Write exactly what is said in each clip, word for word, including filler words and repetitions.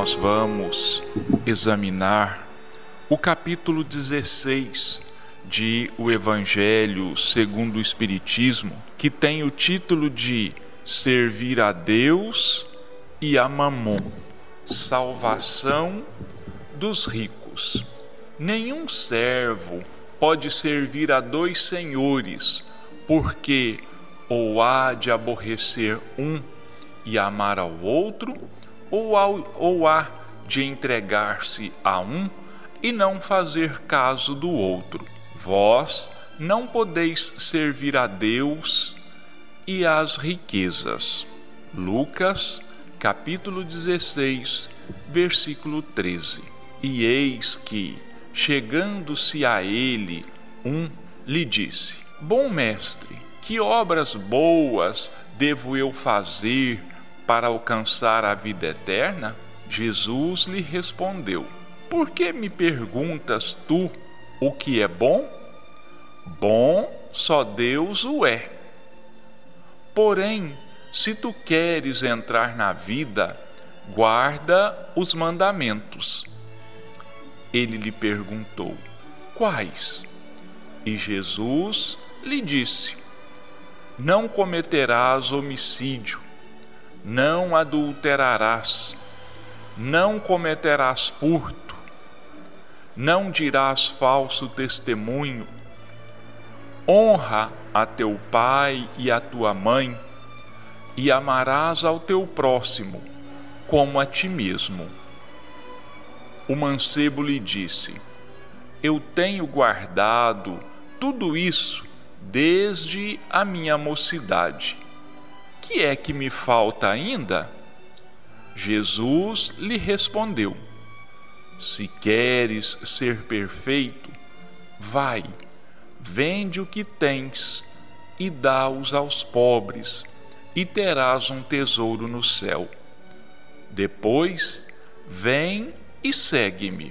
nós vamos examinar o capítulo dezesseis de O Evangelho segundo o Espiritismo, que tem o título de Servir a Deus e a Mamon, salvação dos ricos. Nenhum servo pode servir a dois senhores, porque ou há de aborrecer um e amar ao outro, ou, ao, ou há de entregar-se a um e não fazer caso do outro. Vós não podeis servir a Deus e às riquezas. Lucas, capítulo dezesseis, versículo treze. E eis que, chegando-se a ele, um lhe disse: Bom mestre, que obras boas devo eu fazer para alcançar a vida eterna? Jesus lhe respondeu: Por que me perguntas tu o que é bom? Bom só Deus o é. Porém, se tu queres entrar na vida, guarda os mandamentos. Ele lhe perguntou: Quais? E Jesus lhe disse: Não cometerás homicídio, não adulterarás, não cometerás furto, não dirás falso testemunho, honra a teu pai e a tua mãe, e amarás ao teu próximo como a ti mesmo. O mancebo lhe disse: Eu tenho guardado tudo isso desde a minha mocidade. Que é que me falta ainda? Jesus lhe respondeu: Se queres ser perfeito, vai, vende o que tens e dá-os aos pobres, e terás um tesouro no céu. Depois, vem e segue-me.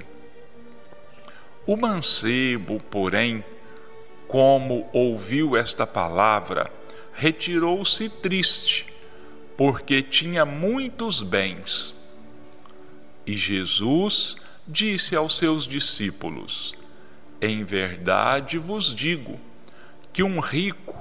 O mancebo, porém, como ouviu esta palavra, retirou-se triste, porque tinha muitos bens. E Jesus disse aos seus discípulos: Em verdade vos digo que um rico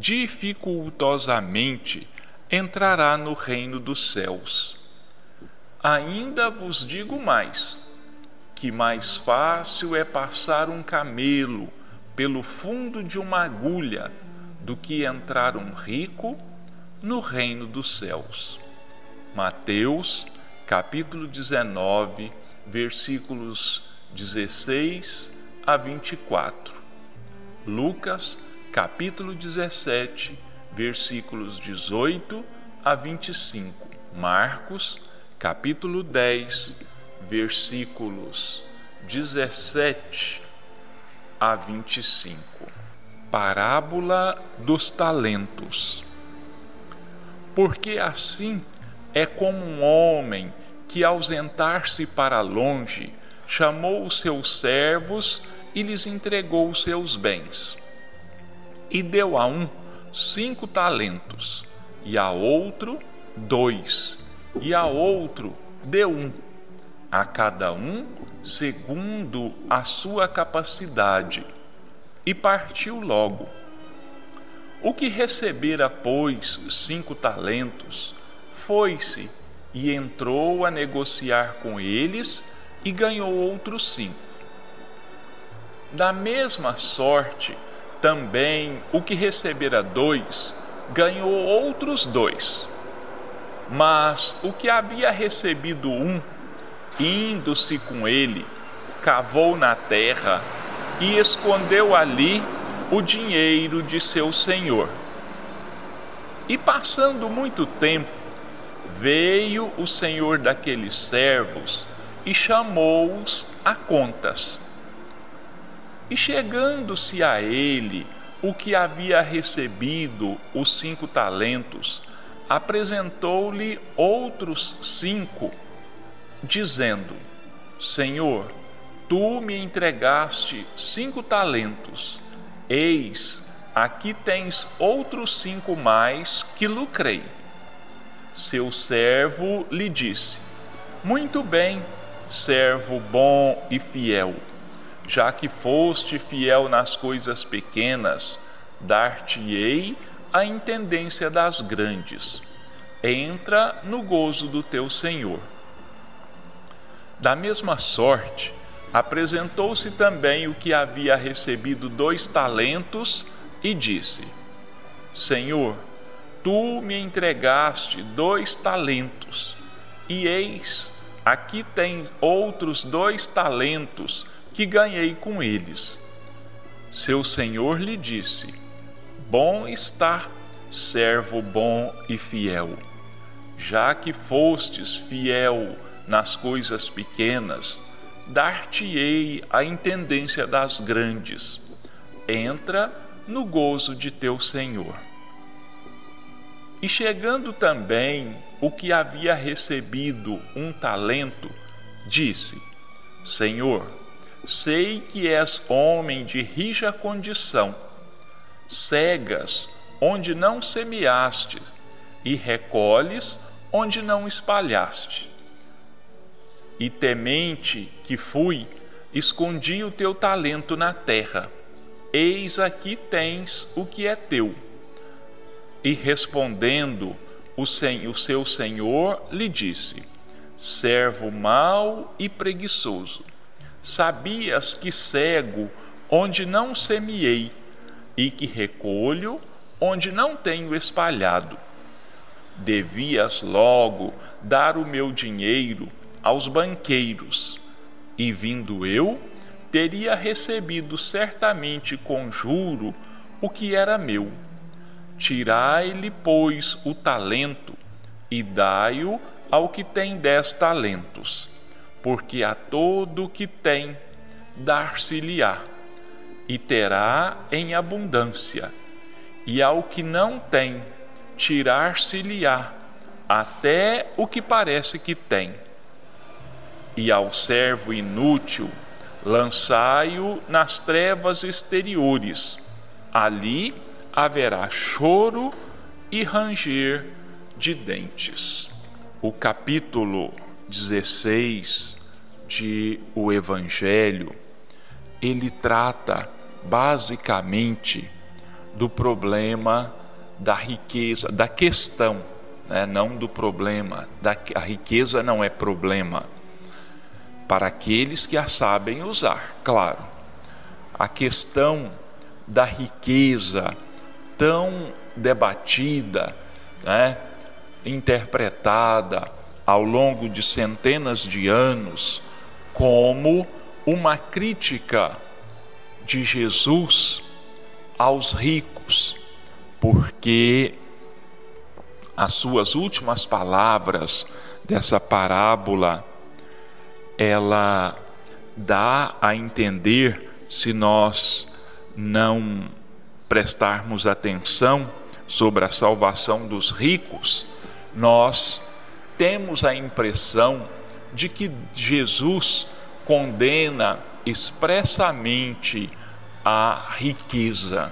dificultosamente entrará no reino dos céus. Ainda vos digo mais, que mais fácil é passar um camelo pelo fundo de uma agulha do que entrar um rico no reino dos céus. Mateus, capítulo dezenove, versículos dezesseis a vinte e quatro. Lucas, capítulo dezessete, versículos dezoito a vinte e cinco. Marcos, capítulo dez, versículos dezessete a vinte e cinco. Parábola dos talentos. Porque assim é como um homem que, ao ausentar-se para longe, chamou os seus servos e lhes entregou os seus bens. E deu a um cinco talentos, e a outro dois, e a outro deu um, a cada um segundo a sua capacidade, e partiu logo. O que recebera, pois, cinco talentos, foi-se e entrou a negociar com eles e ganhou outros cinco. Da mesma sorte, também o que recebera dois, ganhou outros dois. Mas o que havia recebido um, indo-se com ele, cavou na terra e escondeu ali o dinheiro de seu senhor. E passando muito tempo, veio o senhor daqueles servos e chamou-os a contas. E chegando-se a ele o que havia recebido os cinco talentos, apresentou-lhe outros cinco, dizendo: Senhor, tu me entregaste cinco talentos, eis, aqui tens outros cinco mais que lucrei. Seu servo lhe disse: Muito bem, servo bom e fiel. Já que foste fiel nas coisas pequenas, dar-te-ei a intendência das grandes. Entra no gozo do teu Senhor. Da mesma sorte, apresentou-se também o que havia recebido dois talentos e disse: Senhor, tu me entregaste dois talentos, e eis, aqui tem outros dois talentos que ganhei com eles. Seu senhor lhe disse: Bom está, servo bom e fiel. Já que fostes fiel nas coisas pequenas, dar-te-ei a intendência das grandes. Entra no gozo de teu senhor. E chegando também o que havia recebido um talento, disse: Senhor, sei que és homem de rija condição, cegas onde não semeaste, e recolhes onde não espalhaste. E temente que fui, escondi o teu talento na terra. Eis aqui tens o que é teu. E respondendo, o, sen- o seu senhor lhe disse: Servo mau e preguiçoso, sabias que cego onde não semeei, e que recolho onde não tenho espalhado. Devias logo dar o meu dinheiro aos banqueiros, e vindo eu, teria recebido certamente com juro o que era meu. Tirai-lhe, pois, o talento, e dai-o ao que tem dez talentos, porque a todo o que tem, dar-se-lhe-á, e terá em abundância, e ao que não tem, tirar-se-lhe-á, até o que parece que tem. E ao servo inútil, lançai-o nas trevas exteriores. Ali haverá choro e ranger de dentes. O capítulo dezesseis de O Evangelho, ele trata basicamente do problema da riqueza, da questão, né? Não do problema. Da, a riqueza não é problema para aqueles que a sabem usar, claro. A questão da riqueza tão debatida, né, interpretada ao longo de centenas de anos como uma crítica de Jesus aos ricos, porque as suas últimas palavras dessa parábola, ela dá a entender, se nós não prestarmos atenção sobre a salvação dos ricos, nós temos a impressão de que Jesus condena expressamente a riqueza.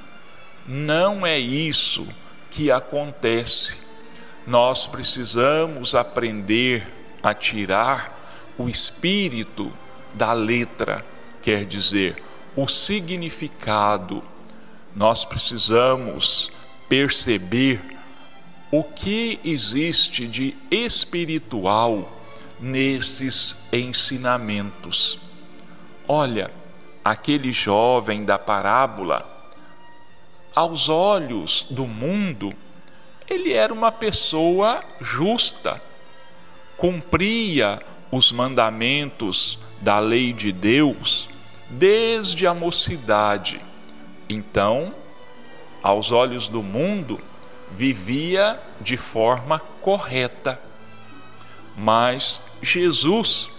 Não é isso que acontece. Nós precisamos aprender a tirar o espírito da letra, quer dizer, o significado. Nós precisamos perceber o que existe de espiritual nesses ensinamentos. Olha, aquele jovem da parábola, aos olhos do mundo, ele era uma pessoa justa, cumpria os mandamentos da lei de Deus desde a mocidade. Então, aos olhos do mundo, vivia de forma correta. Mas Jesus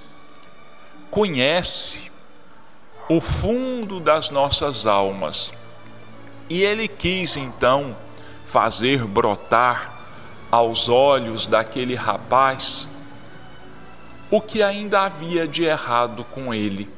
conhece o fundo das nossas almas, e ele quis então fazer brotar aos olhos daquele rapaz o que ainda havia de errado com ele.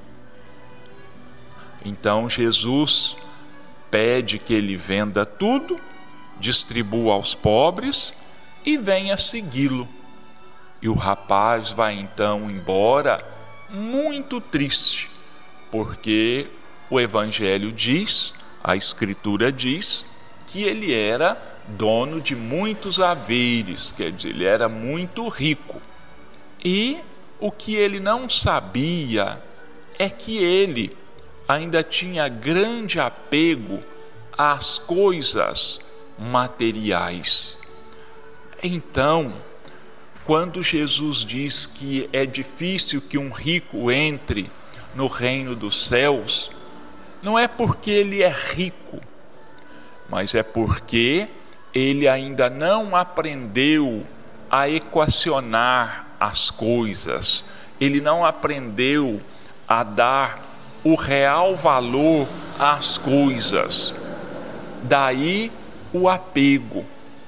Então Jesus pede que ele venda tudo, distribua aos pobres e venha segui-lo. E o rapaz vai então embora muito triste, porque o Evangelho diz, a Escritura diz, que ele era dono de muitos haveres, quer dizer, ele era muito rico. E o que ele não sabia é que ele ainda tinha grande apego às coisas materiais. Então, quando Jesus diz que é difícil que um rico entre no reino dos céus, não é porque ele é rico, mas é porque ele ainda não aprendeu a equacionar as coisas, ele não aprendeu a dar o real valor às coisas. Daí o apego.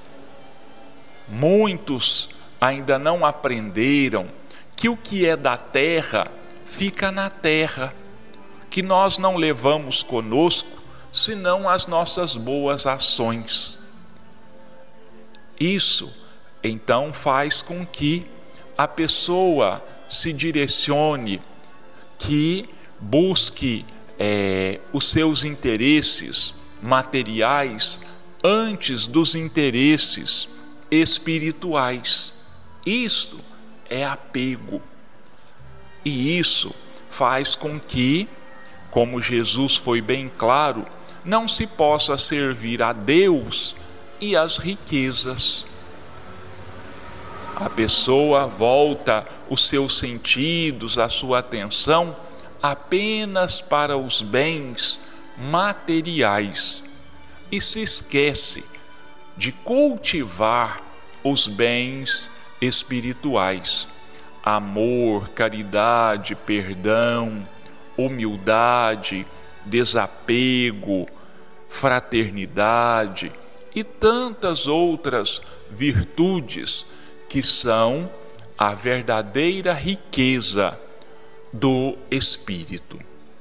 Muitos ainda não aprenderam que o que é da terra fica na terra, que nós não levamos conosco senão as nossas boas ações. Isso então faz com que a pessoa se direcione, que busque é, os seus interesses materiais antes dos interesses espirituais. Isto é apego. E isso faz com que, como Jesus foi bem claro, não se possa servir a Deus e as riquezas. A pessoa volta os seus sentidos, a sua atenção apenas para os bens materiais e se esquece de cultivar os bens espirituais: amor, caridade, perdão, humildade, desapego, fraternidade e tantas outras virtudes que são a verdadeira riqueza do espírito.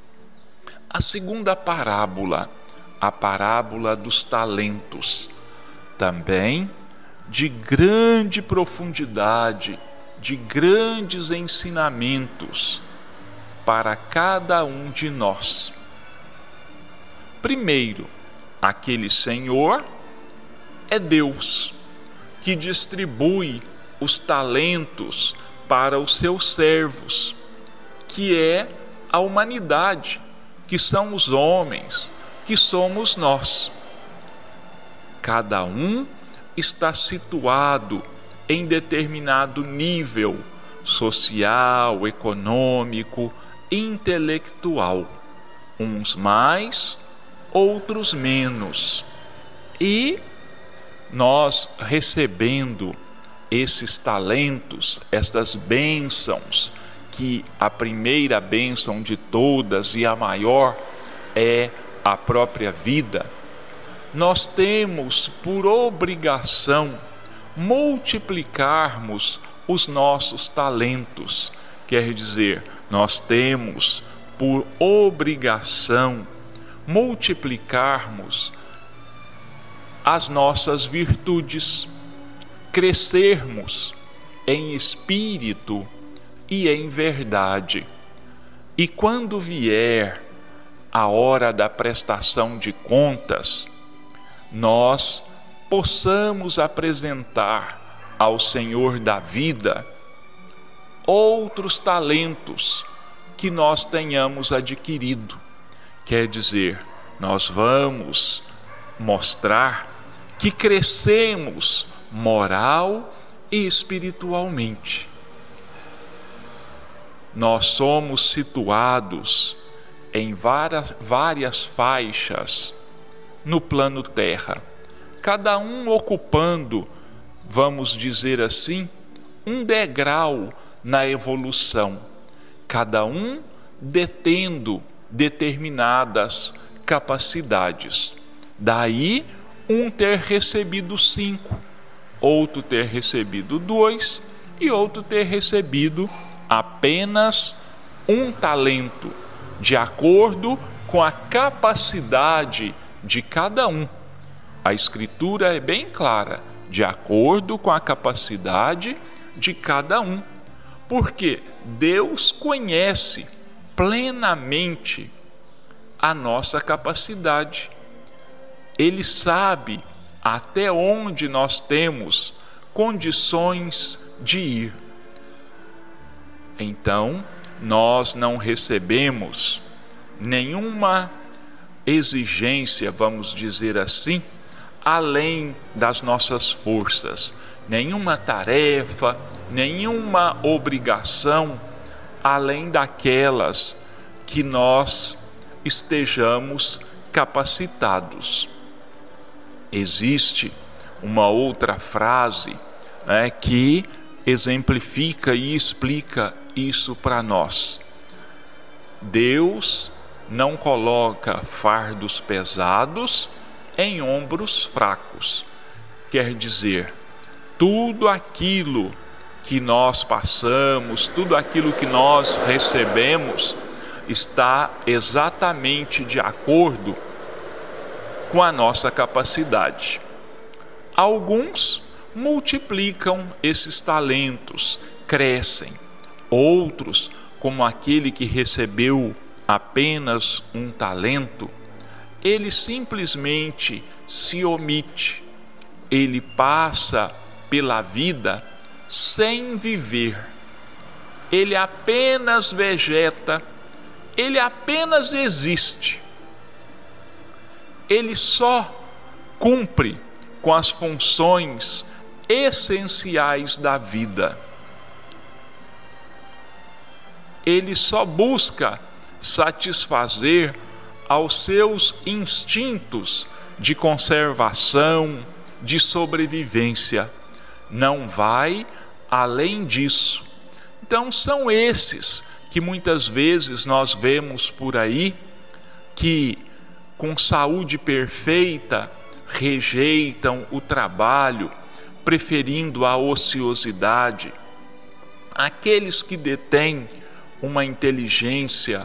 A segunda parábola, a parábola dos talentos, também de grande profundidade, de grandes ensinamentos para cada um de nós. Primeiro, aquele Senhor é Deus, que distribui os talentos para os seus servos, que é a humanidade, que são os homens, que somos nós. Cada um está situado em determinado nível social, econômico, intelectual, uns mais, outros menos. E nós, recebendo esses talentos, estas bênçãos, que a primeira bênção de todas e a maior é a própria vida, nós temos por obrigação multiplicarmos os nossos talentos. Quer dizer, nós temos por obrigação multiplicarmos as nossas virtudes, crescermos em espírito e em verdade. E quando vier a hora da prestação de contas, nós possamos apresentar ao Senhor da vida outros talentos que nós tenhamos adquirido. Quer dizer, nós vamos mostrar que crescemos moral e espiritualmente. Nós somos situados em várias, várias faixas no plano terra, cada um ocupando, vamos dizer assim, um degrau na evolução, cada um detendo determinadas capacidades. Daí um ter recebido cinco, outro ter recebido dois e outro ter recebido apenas um talento, de acordo com a capacidade de cada um. A Escritura é bem clara: de acordo com a capacidade de cada um, porque Deus conhece plenamente a nossa capacidade. Ele sabe até onde nós temos condições de ir. Então, nós não recebemos nenhuma exigência, vamos dizer assim, além das nossas forças, nenhuma tarefa, nenhuma obrigação além daquelas que nós estejamos capacitados. Existe uma outra frase, né, que exemplifica e explica isso para nós. Deus não coloca fardos pesados em ombros fracos. Quer dizer, tudo aquilo que nós passamos, tudo aquilo que nós recebemos, está exatamente de acordo com a nossa capacidade. Alguns multiplicam esses talentos, crescem. Outros, como aquele que recebeu apenas um talento, ele simplesmente se omite, ele passa pela vida sem viver, ele apenas vegeta, ele apenas existe, ele só cumpre com as funções essenciais da vida. Ele só busca satisfazer aos seus instintos de conservação, de sobrevivência. Não vai além disso. Então são esses que muitas vezes nós vemos por aí, que com saúde perfeita rejeitam o trabalho, preferindo a ociosidade. Aqueles que detêm uma inteligência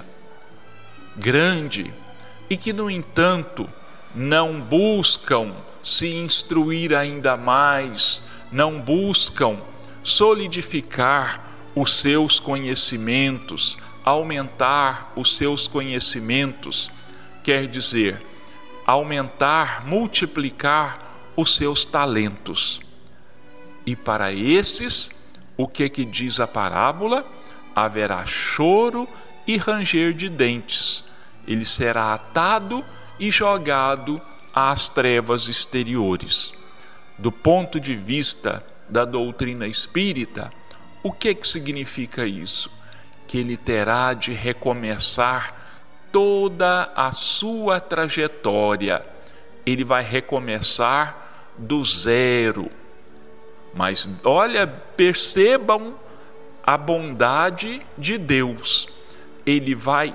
grande e que, no entanto, não buscam se instruir ainda mais, não buscam solidificar os seus conhecimentos, aumentar os seus conhecimentos, quer dizer, aumentar, multiplicar os seus talentos. E para esses, o que que diz a parábola? Haverá choro e ranger de dentes. Ele será atado e jogado às trevas exteriores. Do ponto de vista da doutrina espírita, o que que significa isso? Que ele terá de recomeçar toda a sua trajetória. Ele vai recomeçar do zero. Mas olha, percebam a bondade de Deus. Ele vai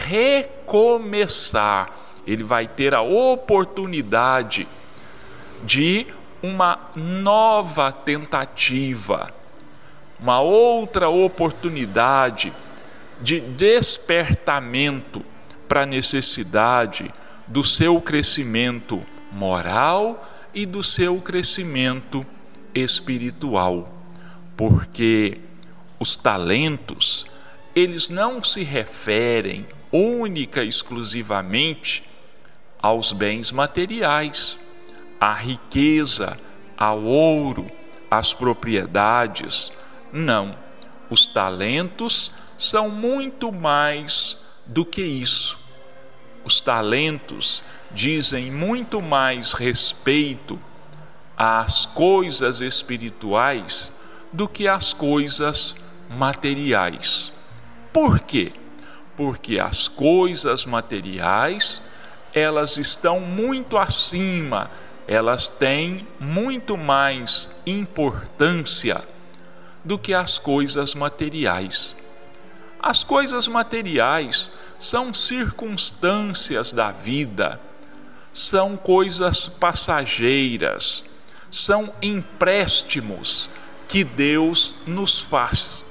recomeçar, ele vai ter a oportunidade de uma nova tentativa, uma outra oportunidade de despertamento para a necessidade do seu crescimento moral e do seu crescimento espiritual, porque os talentos, eles não se referem única e exclusivamente aos bens materiais, à riqueza, ao ouro, às propriedades. Não, os talentos são muito mais do que isso. Os talentos dizem muito mais respeito às coisas espirituais do que às coisas materiais. Por quê? Porque as coisas materiais, elas estão muito acima, elas têm muito mais importância do que as coisas materiais. As coisas materiais são circunstâncias da vida, são coisas passageiras, são empréstimos que Deus nos faz.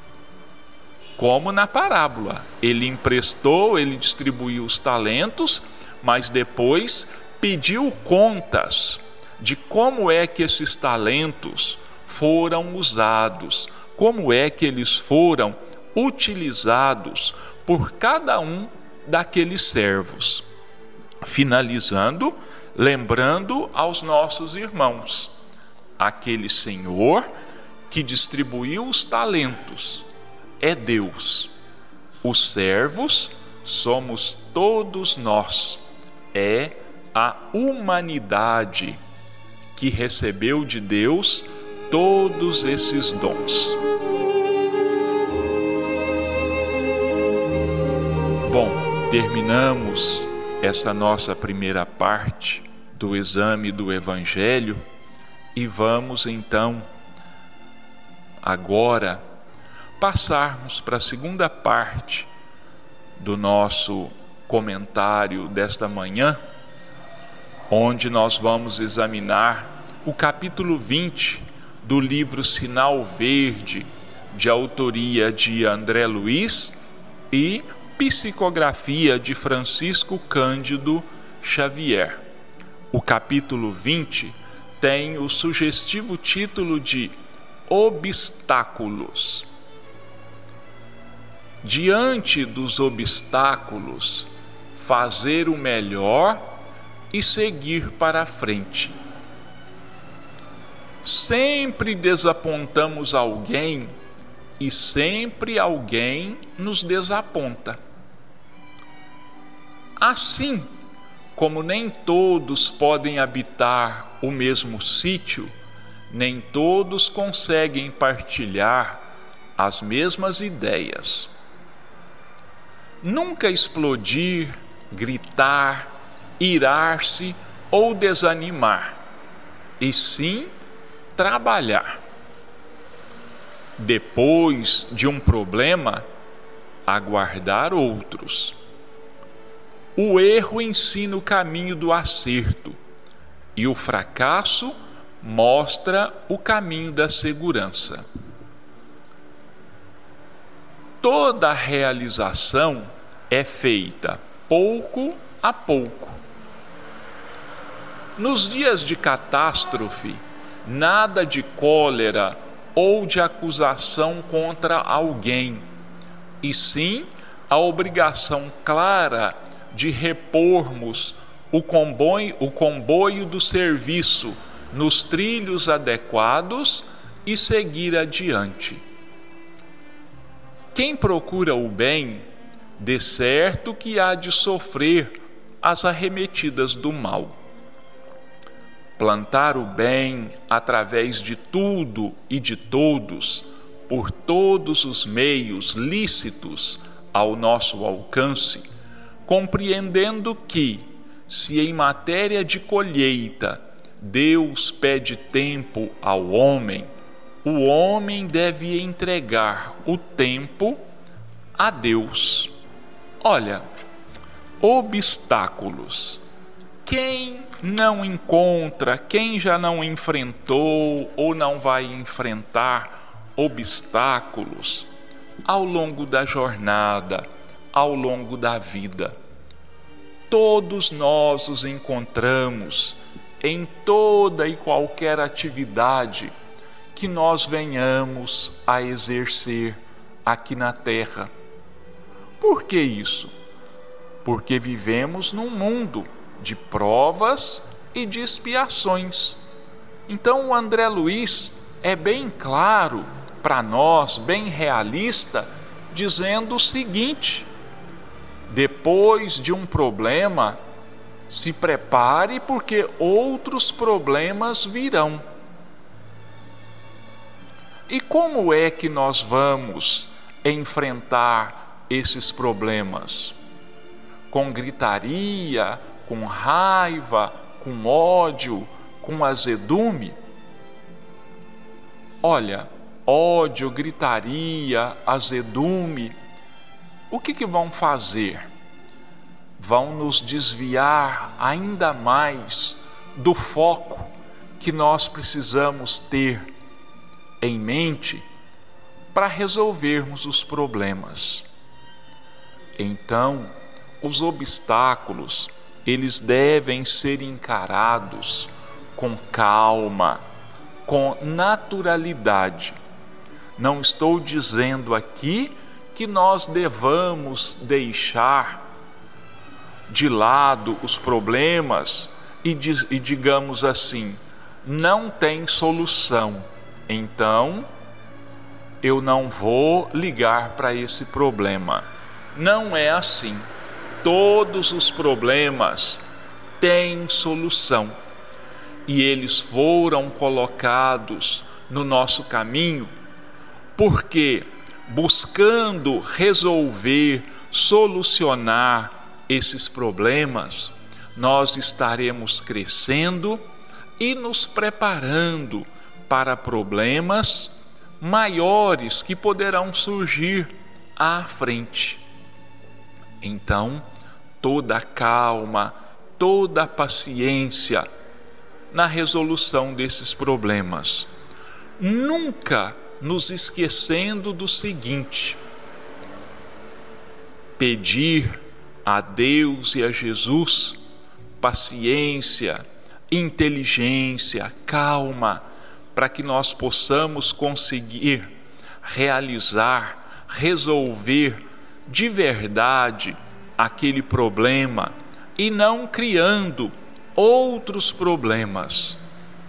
Como na parábola, ele emprestou, ele distribuiu os talentos, mas depois pediu contas de como é que esses talentos foram usados, como é que eles foram utilizados por cada um daqueles servos. Finalizando, lembrando aos nossos irmãos, aquele Senhor que distribuiu os talentos é Deus. Os servos somos todos nós, é a humanidade que recebeu de Deus todos esses dons. Bom, terminamos essa nossa primeira parte do exame do Evangelho e vamos então agora passarmos para a segunda parte do nosso comentário desta manhã, onde nós vamos examinar o capítulo vinte do livro Sinal Verde, de autoria de André Luiz e psicografia de Francisco Cândido Xavier. O capítulo vinte tem o sugestivo título de Obstáculos. Diante dos obstáculos, fazer o melhor e seguir para a frente. Sempre desapontamos alguém e sempre alguém nos desaponta. Assim como nem todos podem habitar o mesmo sítio, nem todos conseguem partilhar as mesmas ideias. Nunca explodir, gritar, irar-se ou desanimar, e sim trabalhar. Depois de um problema, aguardar outros. O erro ensina o caminho do acerto e o fracasso mostra o caminho da segurança. Toda realização é feita pouco a pouco. Nos dias de catástrofe, nada de cólera ou de acusação contra alguém, e sim a obrigação clara de repormos o comboio, o comboio do serviço nos trilhos adequados e seguir adiante. Quem procura o bem, de certo que há de sofrer as arremetidas do mal. Plantar o bem através de tudo e de todos, por todos os meios lícitos ao nosso alcance, compreendendo que, se em matéria de colheita Deus pede tempo ao homem, o homem deve entregar o tempo a Deus. Olha, obstáculos. Quem não encontra, quem já não enfrentou ou não vai enfrentar obstáculos ao longo da jornada, ao longo da vida? Todos nós os encontramos em toda e qualquer atividade que nós venhamos a exercer aqui na terra. Por que isso? Porque vivemos num mundo de provas e de expiações. Então o André Luiz é bem claro para nós, bem realista, dizendo o seguinte: depois de um problema, se prepare, porque outros problemas virão. E como é que nós vamos enfrentar esses problemas? Com gritaria, com raiva, com ódio, com azedume? Olha, ódio, gritaria, azedume, o que que vão fazer? Vão nos desviar ainda mais do foco que nós precisamos ter em mente para resolvermos os problemas. Então, os obstáculos, eles devem ser encarados com calma, com naturalidade. Não estou dizendo aqui que nós devamos deixar de lado os problemas e, diz, e digamos assim, não tem solução, então eu não vou ligar para esse problema. Não é assim. Todos os problemas têm solução e eles foram colocados no nosso caminho porque, buscando resolver, solucionar esses problemas, nós estaremos crescendo e nos preparando para problemas maiores que poderão surgir à frente. Então, toda a calma, toda a paciência na resolução desses problemas, nunca nos esquecendo do seguinte: pedir a Deus e a Jesus paciência, inteligência, calma, para que nós possamos conseguir realizar, resolver de verdade aquele problema e não criando outros problemas.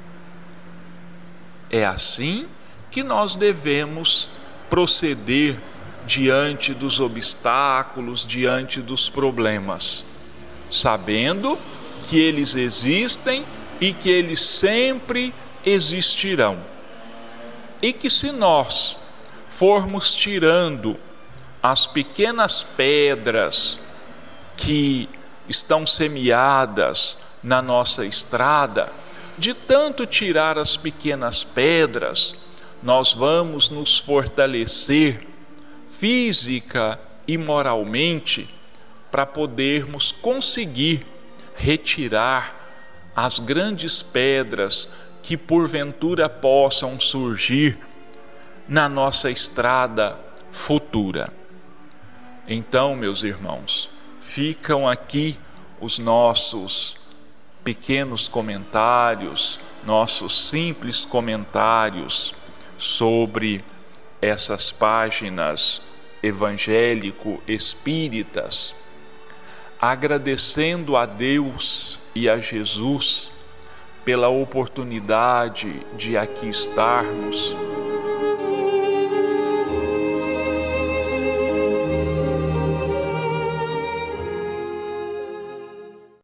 É assim que nós devemos proceder diante dos obstáculos, diante dos problemas, sabendo que eles existem e que eles sempre existirão. E que se nós formos tirando as pequenas pedras que estão semeadas na nossa estrada, de tanto tirar as pequenas pedras, nós vamos nos fortalecer física e moralmente para podermos conseguir retirar as grandes pedras que porventura possam surgir na nossa estrada futura. Então, meus irmãos, ficam aqui os nossos pequenos comentários, nossos simples comentários sobre essas páginas evangélico-espíritas, agradecendo a Deus e a Jesus pela oportunidade de aqui estarmos